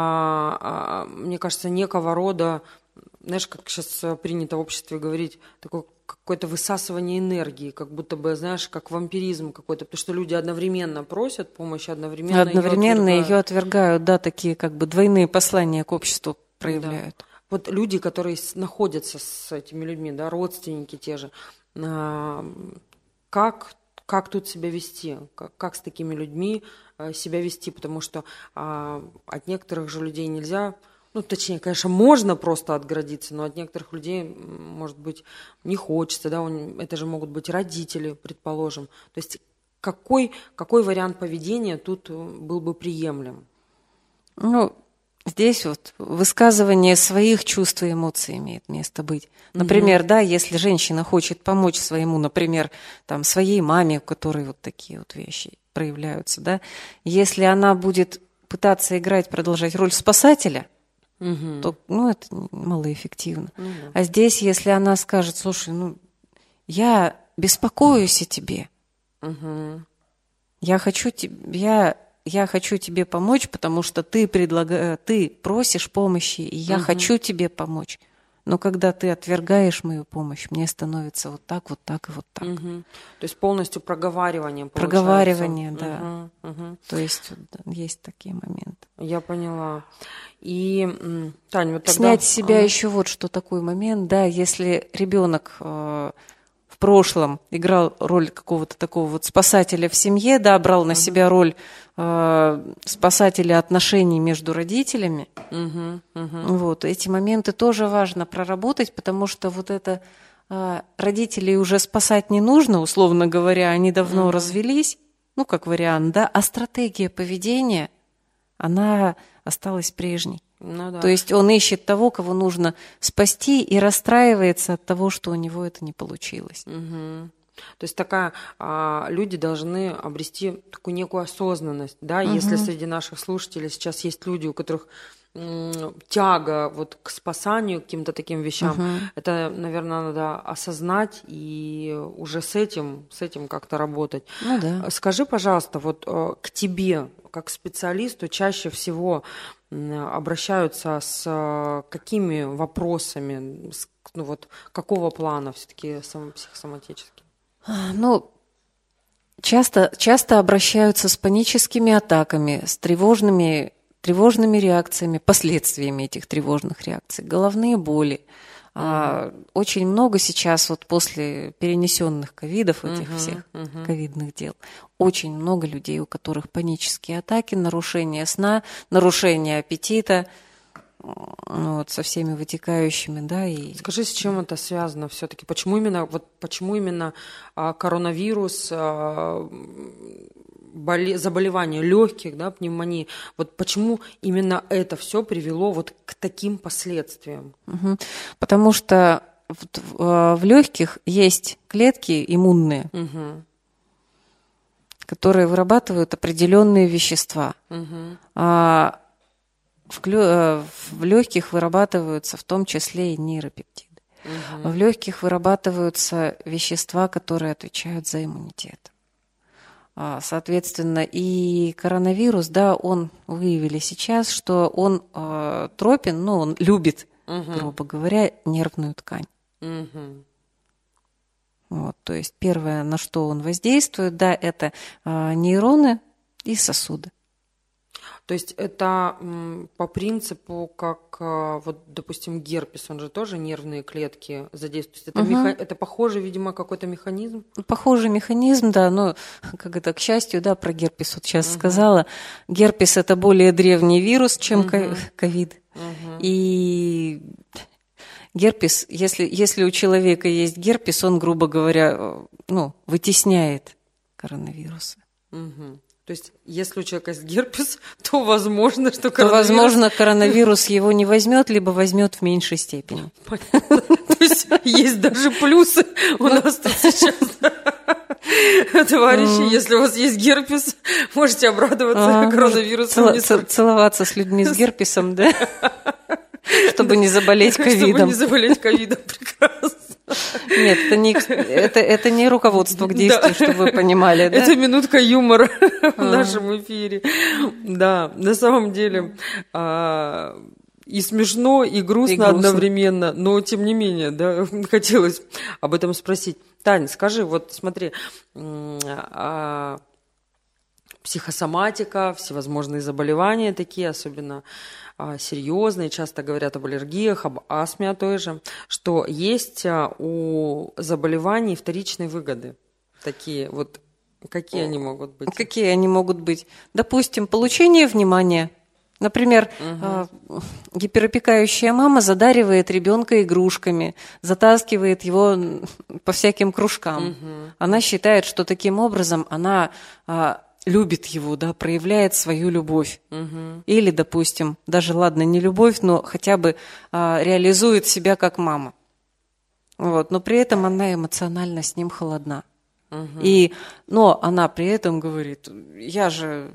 мне кажется, некого рода, знаешь, как сейчас принято в обществе говорить, такое какое-то высасывание энергии, как будто бы, знаешь, как вампиризм какой-то, потому что люди одновременно просят помощи, одновременно ее отвергают, да, такие как бы двойные послания к обществу проявляют. Да. Вот люди, которые находятся с этими людьми, да, родственники те же, как как тут себя вести, как с такими людьми себя вести, потому что от некоторых же людей нельзя, ну, точнее, конечно, можно просто отгородиться, но от некоторых людей, может быть, не хочется, да, это же могут быть родители, предположим. То есть какой вариант поведения тут был бы приемлем? Ну, здесь вот высказывание своих чувств и эмоций имеет место быть. Например, да, если женщина хочет помочь своему, например, там, своей маме, у которой вот такие вот вещи проявляются, да, если она будет пытаться играть, продолжать роль спасателя, то, ну, это малоэффективно. А здесь, если она скажет: слушай, ну, я беспокоюсь о тебе, я хочу тебе помочь, потому что ты просишь помощи, и я хочу тебе помочь. Но когда ты отвергаешь мою помощь, мне становится вот так и вот так. То есть полностью проговаривание получается. Проговаривание, да. То есть есть такие моменты. Я поняла. И, Таня, вот тогда... Снять с себя еще вот что такой момент, да, если ребенок в прошлом играл роль какого-то такого вот спасателя в семье, да, брал на себя роль спасателя отношений между родителями. Вот, эти моменты тоже важно проработать, потому что вот это родителей уже спасать не нужно, условно говоря, они давно развелись, ну, как вариант, да, а стратегия поведения, она осталась прежней. Ну, да. То есть он ищет того, кого нужно спасти, и расстраивается от того, что у него это не получилось. То есть люди должны обрести такую некую осознанность, да, если среди наших слушателей сейчас есть люди, у которых тяга вот к спасанию, к каким-то таким вещам, это, наверное, надо осознать и уже с этим как-то работать. Ну, да. Скажи, пожалуйста, вот к тебе, как специалисту, чаще всего обращаются с какими вопросами, ну вот какого плана все-таки психосоматические? Ну, часто обращаются с паническими атаками, с тревожными реакциями, последствиями этих тревожных реакций, головные боли. Очень много сейчас, вот после перенесенных ковидов, этих всех ковидных дел, очень много людей, у которых панические атаки, нарушение сна, нарушение аппетита, вот, со всеми вытекающими, да. И... Скажи, с чем это связано все-таки? Почему именно коронавирус, заболевания легких, да, пневмонии, вот почему именно это все привело вот к таким последствиям? Потому что в легких есть клетки иммунные, которые вырабатывают определенные вещества. В легких вырабатываются в том числе и нейропептиды. В легких вырабатываются вещества, которые отвечают за иммунитет. Соответственно, и коронавирус, да, он выявили сейчас, что он тропен, ну, он любит, грубо говоря, нервную ткань. Вот, то есть первое, на что он воздействует, да, это нейроны и сосуды. То есть это по принципу, как, вот, допустим, герпес, он же тоже нервные клетки задействует. Это похожий, видимо, какой-то механизм? Похожий механизм, да, но, как это, к счастью, да, про герпес вот сейчас сказала. Герпес – это более древний вирус, чем ковид. И герпес, если у человека есть герпес, он, грубо говоря, ну, вытесняет коронавирусы. То есть, если у человека есть герпес, то возможно, что коронавирус его не возьмет, либо возьмет в меньшей степени. Понятно. То есть, есть даже плюсы у нас тут сейчас. Товарищи, если у вас есть герпес, можете обрадоваться коронавирусом. Целоваться с людьми с герпесом, да? Чтобы не заболеть ковидом. Чтобы не заболеть ковидом, прекрасно. Нет, это не руководство к действию, чтобы вы понимали. Да? Это минутка юмора в нашем эфире. Да, на самом деле и смешно, и грустно одновременно, но тем не менее, да, хотелось об этом спросить. Таня, скажи, вот смотри, психосоматика, всевозможные заболевания такие, особенно серьезные, часто говорят об аллергиях, об астме той же, что есть у заболеваний вторичные выгоды. Такие вот Какие они могут быть? Какие они могут быть? Допустим, получение внимания. Например, гиперопекающая мама задаривает ребенка игрушками, затаскивает его по всяким кружкам. Она считает, что таким образом она любит его, да, проявляет свою любовь. Или, допустим, даже, ладно, не любовь, но хотя бы реализует себя как мама. Вот. Но при этом она эмоционально с ним холодна. Но она при этом говорит, я же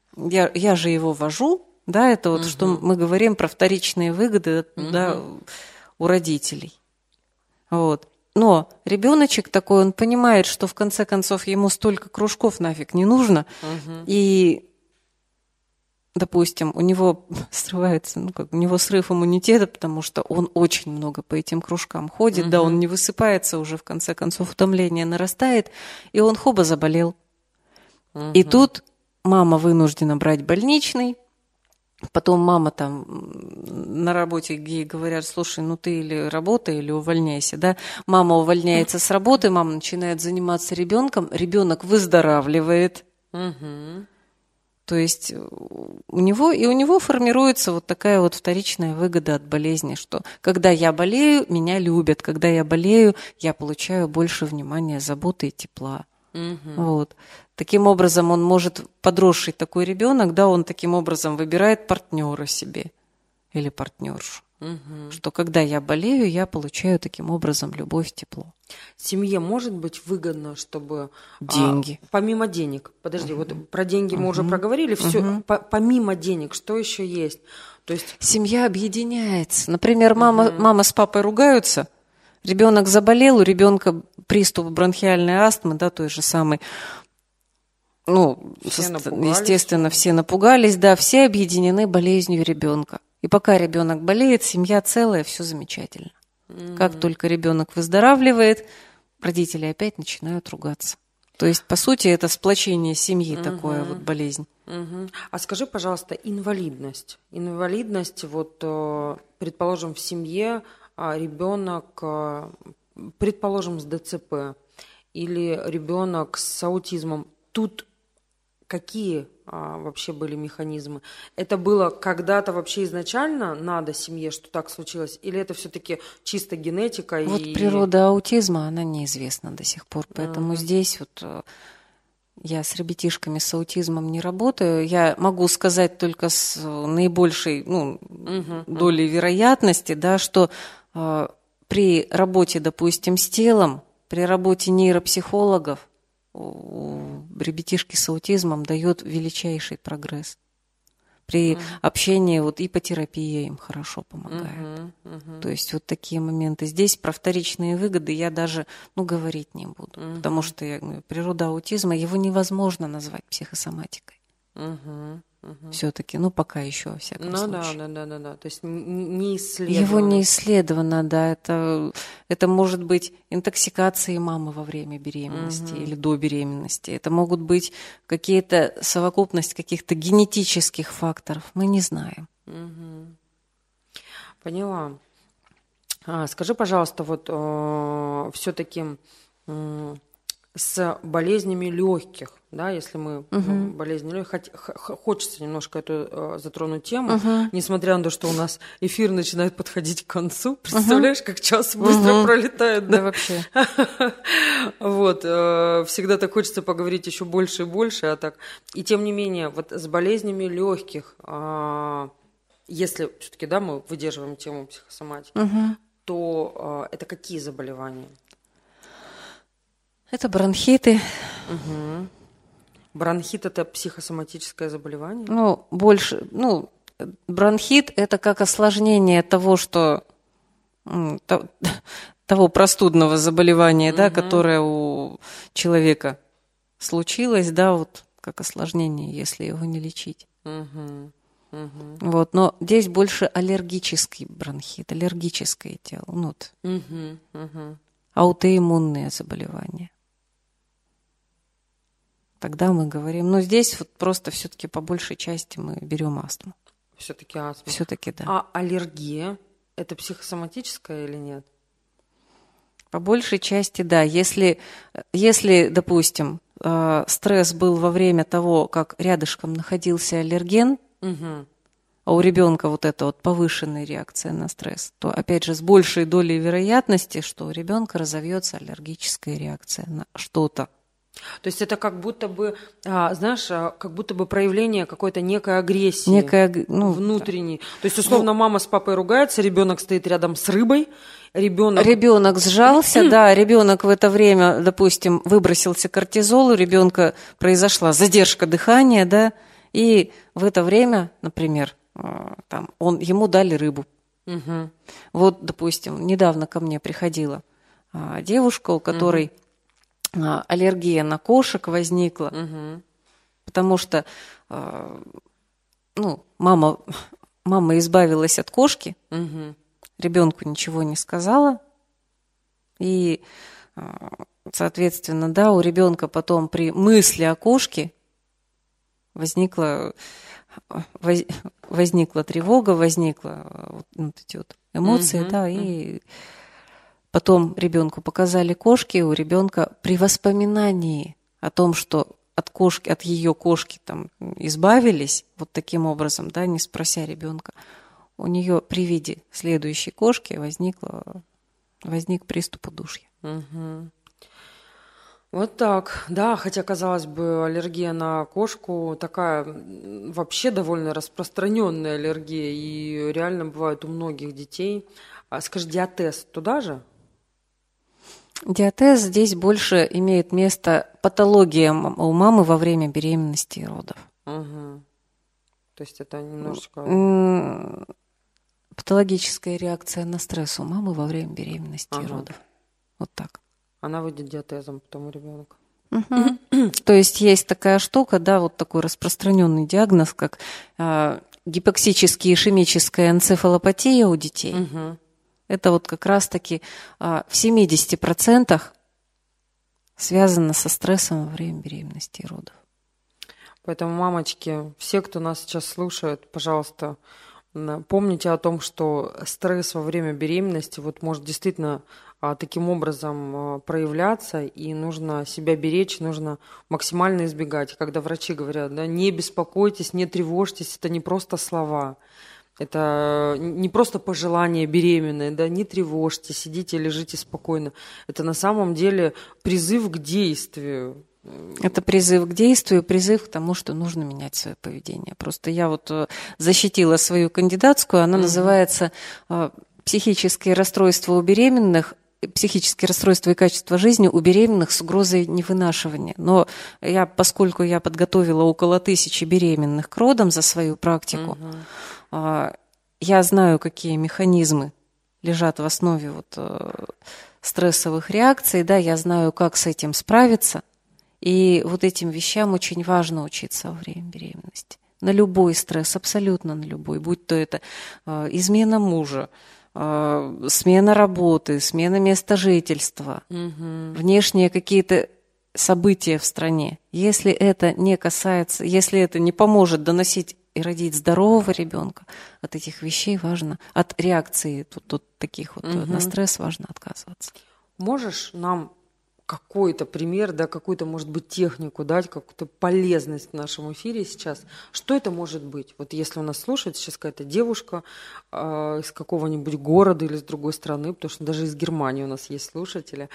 его вожу. Да, это вот что мы говорим про вторичные выгоды, да, у родителей. Вот. Но ребеночек такой, он понимает, что в конце концов ему столько кружков нафиг не нужно. И, допустим, у него срывается, у него срыв иммунитета, потому что он очень много по этим кружкам ходит, да, он не высыпается уже, в конце концов, утомление нарастает, и он хоба заболел. И тут мама вынуждена брать больничный. Потом мама там на работе ей говорят, слушай, ну ты или работай, или увольняйся, да. Мама увольняется с работы, мама начинает заниматься ребенком, ребенок выздоравливает. То есть у него формируется вот такая вот вторичная выгода от болезни, что когда я болею, меня любят, когда я болею, я получаю больше внимания, заботы и тепла. Вот. Таким образом, он может, подросший такой ребенок, да, он таким образом выбирает партнера себе или партнершу. Что когда я болею, я получаю таким образом любовь, тепло. Семье может быть выгодно, чтобы... Деньги. Помимо денег. Подожди, вот про деньги мы уже проговорили. Все, помимо денег, что еще есть? То есть... Семья объединяется. Например, мама с папой ругаются, ребенок заболел, у ребенка приступ бронхиальной астмы, да, той же самой. Ну, естественно, все напугались, да, все объединены болезнью ребенка. И пока ребенок болеет, семья целая, все замечательно. Как только ребенок выздоравливает, родители опять начинают ругаться. То есть, по сути, это сплочение семьи, такое вот болезнь. А скажи, пожалуйста, инвалидность. Инвалидность, вот, предположим, в семье ребенок, предположим, с ДЦП или ребенок с аутизмом. Тут какие вообще были механизмы? Это было когда-то вообще изначально надо семье, что так случилось? Или это все-таки чисто генетика? Вот природа аутизма, она неизвестна до сих пор. Поэтому здесь вот я с ребятишками с аутизмом не работаю. Я могу сказать только с наибольшей долей вероятности, да, что при работе, допустим, с телом, при работе нейропсихологов, ребятишки с аутизмом дает величайший прогресс. При общении вот ипотерапия им хорошо помогает. То есть вот такие моменты. Здесь про вторичные выгоды я даже говорить не буду. Потому что природа аутизма, его невозможно назвать психосоматикой. Все-таки, пока еще, во всяком случае. Да. То есть не исследовано. Его не исследовано, да. Это может быть интоксикации мамы во время беременности или до беременности. Это могут быть какие-то совокупность каких-то генетических факторов. Мы не знаем. Поняла. Скажи, пожалуйста, вот все-таки с болезнями легких, да, если мы болезни легких, хочется немножко эту затронуть тему, несмотря на то, что у нас эфир начинает подходить к концу. Представляешь, как час быстро пролетает, да? Да, вообще. Вот, всегда так хочется поговорить еще больше и больше, а так. И тем не менее, вот с болезнями легких, если все-таки, да, мы выдерживаем тему психосоматики, то это какие заболевания? Это бронхиты. Бронхит – это психосоматическое заболевание? Бронхит – это как осложнение того, что того простудного заболевания, да, которое у человека случилось, да, вот как осложнение, если его не лечить. Вот, но здесь больше аллергический бронхит, аллергическое тело, аутоиммунные заболевания. Тогда мы говорим, здесь вот просто все-таки по большей части мы берем астму. Все-таки астма. Все-таки да. А аллергия – это психосоматическая или нет? По большей части да. Если, допустим, стресс был во время того, как рядышком находился аллерген, а у ребенка вот эта вот повышенная реакция на стресс, то, опять же, с большей долей вероятности, что у ребенка разовьется аллергическая реакция на что-то. То есть это как будто бы, знаешь, как будто бы проявление какой-то некой агрессии внутренней. То есть, условно, мама с папой ругается, ребенок стоит рядом с рыбой, ребенок сжался, да, ребенок в это время, допустим, выбросился кортизол, у ребенка произошла задержка дыхания, да, и в это время, например, ему дали рыбу. Вот, допустим, недавно ко мне приходила девушка, у которой аллергия на кошек возникла, потому что мама избавилась от кошки, ребенку ничего не сказала, и, соответственно, да, у ребенка потом при мысли о кошке возникла тревога, возникла вот эти вот эмоции, да, и потом ребенку показали кошки, у ребенка при воспоминании о том, что от ее кошки там избавились, вот таким образом, да, не спрося ребенка, у нее при виде следующей кошки возник приступ удушья. Вот так, да, хотя, казалось бы, аллергия на кошку такая вообще довольно распространенная аллергия, и реально бывает у многих детей. Скажи, диатез туда же? Диатез здесь больше имеет место патология у мамы во время беременности и родов. То есть это немножечко... Патологическая реакция на стресс у мамы во время беременности и родов. Вот так. Она выйдет диатезом потом у ребенка. То есть есть такая штука, да, вот такой распространенный диагноз, как гипоксическая ишемическая энцефалопатия у детей. Это вот как раз-таки в 70% связано со стрессом во время беременности и родов. Поэтому, мамочки, все, кто нас сейчас слушает, пожалуйста, помните о том, что стресс во время беременности вот может действительно таким образом проявляться, и нужно себя беречь, нужно максимально избегать. Когда врачи говорят, да, не беспокойтесь, не тревожьтесь, это не просто слова, это не просто пожелание беременной, да, не тревожьтесь, сидите, лежите спокойно. Это на самом деле призыв к действию. Это призыв к действию, призыв к тому, что нужно менять свое поведение. Просто я вот защитила свою кандидатскую, она называется «Психические расстройства у беременных», психические расстройства и качество жизни у беременных с угрозой невынашивания. Но поскольку я подготовила около 1000 беременных к родам за свою практику, я знаю, какие механизмы лежат в основе вот стрессовых реакций, да, я знаю, как с этим справиться. И вот этим вещам очень важно учиться во время беременности. На любой стресс, абсолютно на любой, будь то это измена мужа, смена работы, смена места жительства, внешние какие-то события в стране. Если это не касается, если это не поможет доносить и родить здорового ребенка, от этих вещей важно, от реакции тут таких вот на стресс важно отказываться. Можешь нам какой-то пример, да, какую-то, может быть, технику дать, какую-то полезность в нашем эфире сейчас? Что это может быть? Вот если у нас слушает сейчас какая-то девушка из какого-нибудь города или с другой страны, потому что даже из Германии у нас есть слушатели,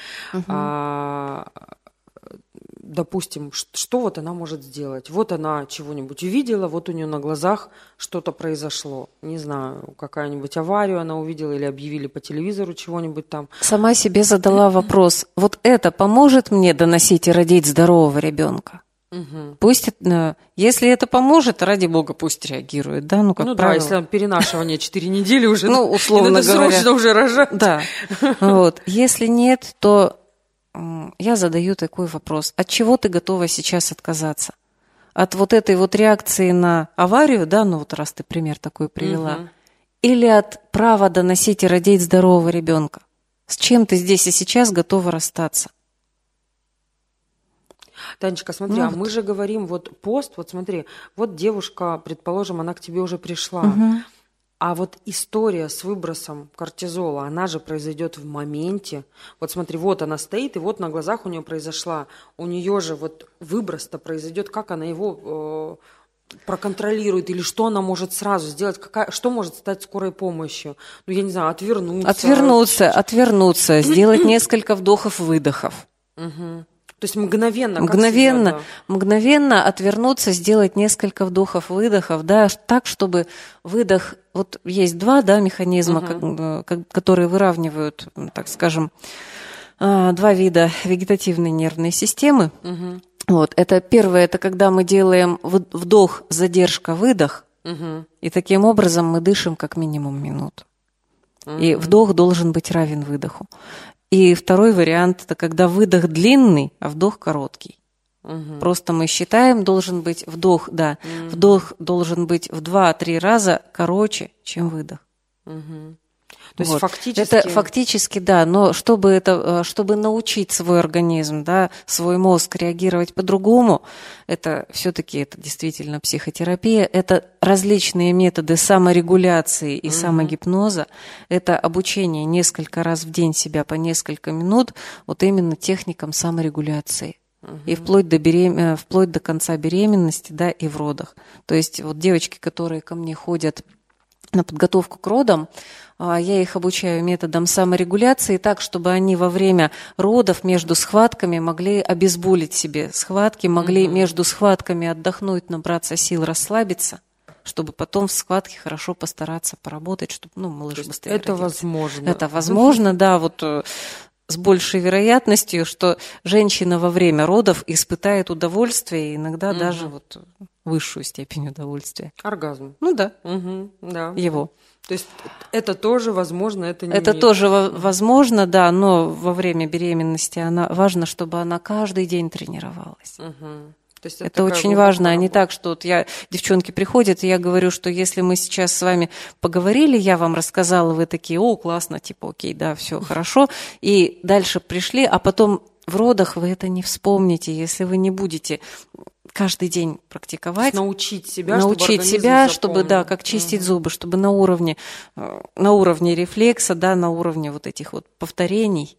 допустим, что вот она может сделать? Вот она чего-нибудь увидела, вот у нее на глазах что-то произошло. Не знаю, какая-нибудь аварию она увидела или объявили по телевизору чего-нибудь там. Сама себе задала вопрос, вот это поможет мне доносить и родить здорового ребенка? Пусть, если это поможет, ради бога, пусть реагирует, да, как правило. Да, если перенашивание 4 недели уже, условно надо говоря, срочно уже рожать. Да, вот. Если нет, то я задаю такой вопрос. От чего ты готова сейчас отказаться? От вот этой вот реакции на аварию, да, раз ты пример такой привела, или от права доносить и родить здорового ребенка? С чем ты здесь и сейчас готова расстаться? Танечка, смотри, мы же говорим, вот пост, вот смотри, вот девушка, предположим, она к тебе уже пришла. А вот история с выбросом кортизола, она же произойдет в моменте. Вот смотри, вот она стоит, и вот на глазах у нее произошла. У нее же вот выброс-то произойдет, как она его проконтролирует, или что она может сразу сделать, что может стать скорой помощью? Ну, я не знаю, Отвернуться, сделать несколько вдохов-выдохов. Угу. То есть мгновенно отвернуться, сделать несколько вдохов-выдохов, да, так, чтобы выдох, вот есть два, да, механизма, которые выравнивают, так скажем, два вида вегетативной нервной системы. Вот, это первое, это когда мы делаем вдох, задержка, выдох, и таким образом мы дышим как минимум минуту. И вдох должен быть равен выдоху. И второй вариант – это когда выдох длинный, а вдох короткий. Просто мы считаем, должен быть вдох, да, вдох должен быть в 2-3 раза короче, чем выдох. То есть Это фактически, да, но чтобы научить свой организм, да, свой мозг реагировать по-другому, это все-таки это действительно психотерапия, это различные методы саморегуляции и самогипноза, это обучение несколько раз в день себя по несколько минут вот именно техникам саморегуляции. И вплоть до конца беременности, да, и в родах. То есть вот девочки, которые ко мне ходят на подготовку к родам, я их обучаю методам саморегуляции так, чтобы они во время родов между схватками могли обезболить себе схватки, могли между схватками отдохнуть, набраться сил, расслабиться, чтобы потом в схватке хорошо постараться поработать, чтобы малыш быстрее родился. Возможно. Это возможно, да, вот с большей вероятностью, что женщина во время родов испытает удовольствие, и иногда даже вот высшую степень удовольствия. Оргазм. Ну да. Да. Его. То есть это тоже возможно, это не Это тоже возможно, да, но во время беременности важно, чтобы она каждый день тренировалась. То есть это очень важно, а не так, что вот девчонки приходят, и я говорю, что если мы сейчас с вами поговорили, я вам рассказала, вы такие, классно, типа, окей, да, все хорошо, и дальше пришли, а потом в родах вы это не вспомните, если вы не будете каждый день практиковать. Научить себя, чтобы да, как чистить зубы, чтобы на уровне рефлекса, да, на уровне вот этих вот повторений,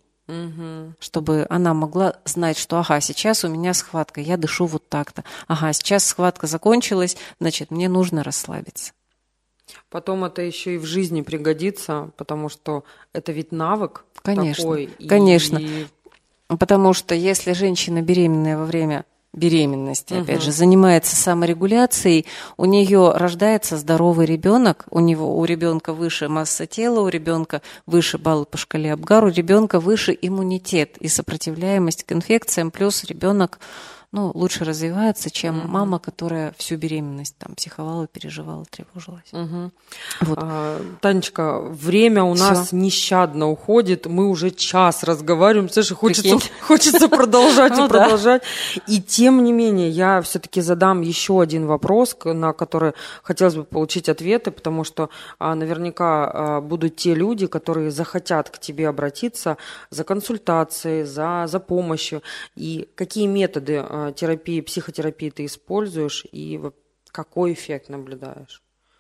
чтобы она могла знать, что сейчас у меня схватка, я дышу вот так-то. Сейчас схватка закончилась, значит, мне нужно расслабиться. Потом это еще и в жизни пригодится, потому что это ведь навык такой. Конечно. Потому что если женщина беременная во время беременности, опять же, занимается саморегуляцией, у нее рождается здоровый ребенок, у ребенка выше масса тела, у ребенка выше баллы по шкале Апгар, у ребенка выше иммунитет и сопротивляемость к инфекциям, плюс ребенок лучше развивается, чем мама, которая всю беременность там психовала, переживала, тревожилась. Вот. Танечка, время у нас нещадно уходит, мы уже час разговариваем, слушай, хочется продолжать и продолжать. И тем не менее, я все-таки задам еще один вопрос, на который хотелось бы получить ответы, потому что наверняка будут те люди, которые захотят к тебе обратиться за консультацией, за помощью. И какие методы терапии, психотерапии ты используешь и какой эффект наблюдаешь?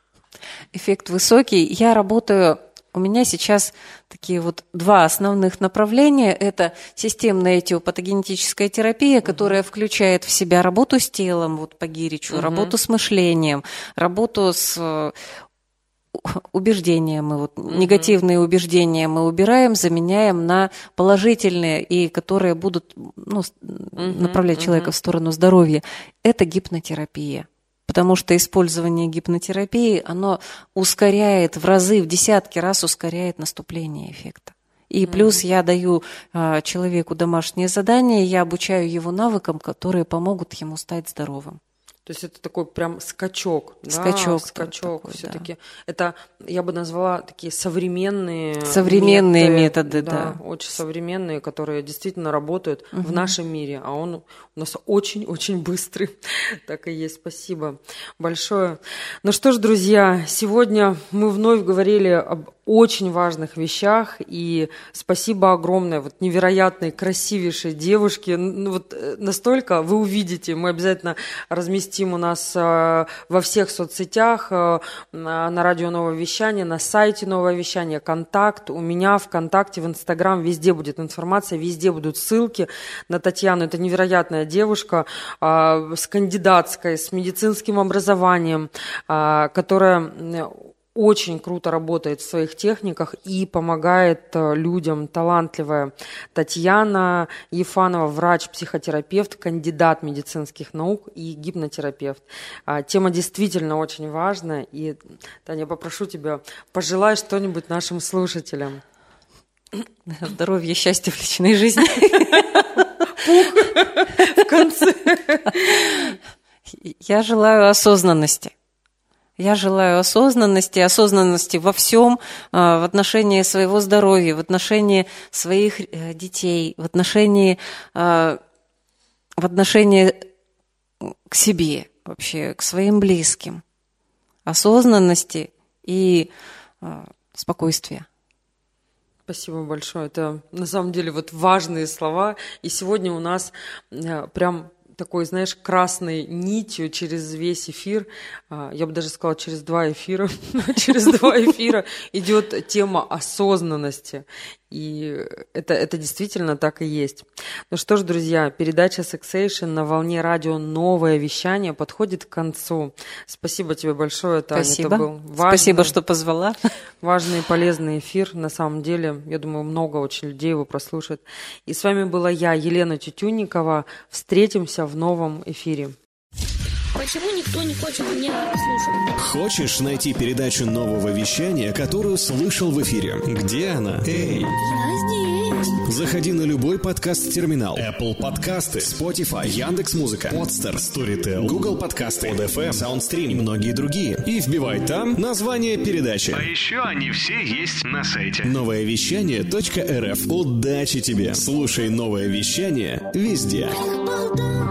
Эффект высокий. У меня сейчас такие вот два основных направления. Это системная этиопатогенетическая терапия, которая включает в себя работу с телом, вот по Гиричу, работу с мышлением, работу с убеждения. Негативные убеждения мы убираем, заменяем на положительные, и которые будут направлять человека в сторону здоровья. Это гипнотерапия. Потому что использование гипнотерапии, оно ускоряет в десятки раз ускоряет наступление эффекта. И плюс я даю человеку домашнее задание, я обучаю его навыкам, которые помогут ему стать здоровым. То есть это такой прям скачок. Скачок такой, все-таки. Да. Это, я бы назвала, такие современные методы, да. Очень современные, которые действительно работают в нашем мире. А он у нас очень-очень быстрый. Так и есть. Спасибо большое. Ну что ж, друзья, сегодня мы вновь говорили об очень важных вещах, и спасибо огромное вот невероятной, красивейшей девушке. Вот настолько вы увидите, мы обязательно разместим у нас во всех соцсетях, на радио «Новое вещание», на сайте «Новое вещание», «Контакт», у меня ВКонтакте, в Инстаграм, везде будет информация, везде будут ссылки на Татьяну. Это невероятная девушка с кандидатской, с медицинским образованием, которая очень круто работает в своих техниках и помогает людям. Талантливая Татьяна Ефанова, врач-психотерапевт, кандидат медицинских наук и гипнотерапевт. Тема действительно очень важная. И, Таня, попрошу тебя, пожелай что-нибудь нашим слушателям. Здоровья, счастья в личной жизни. В конце. Я желаю осознанности. Я желаю осознанности во всем, в отношении своего здоровья, в отношении своих детей, в отношении к себе, вообще, к своим близким. Осознанности и спокойствия. Спасибо большое. Это на самом деле вот важные слова. И сегодня у нас прям такой, знаешь, красной нитью через весь эфир, я бы даже сказала, через 2 эфира, идет тема осознанности. И это действительно так и есть. Ну что ж, друзья, передача Sexation на волне радио «Новое вещание» подходит к концу. Спасибо тебе большое, Таня. Спасибо. Это был важный, спасибо, что позвала. Важный и полезный эфир. На самом деле, я думаю, много очень людей его прослушает. И с вами была я, Елена Тютюнникова. Встретимся в новом эфире. Почему никто не хочет меня слушать? Хочешь найти передачу нового вещания, которую слышал в эфире? Где она? Эй! Я здесь. Заходи на любой подкаст-терминал. Apple подкасты, Spotify, Яндекс.Музыка, Podster, Storytel, Google подкасты, Pod.fm, Soundstream и многие другие. И вбивай там название передачи. А еще они все есть на сайте. Новоевещание.рф. Удачи тебе! Слушай новое вещание везде. Балда.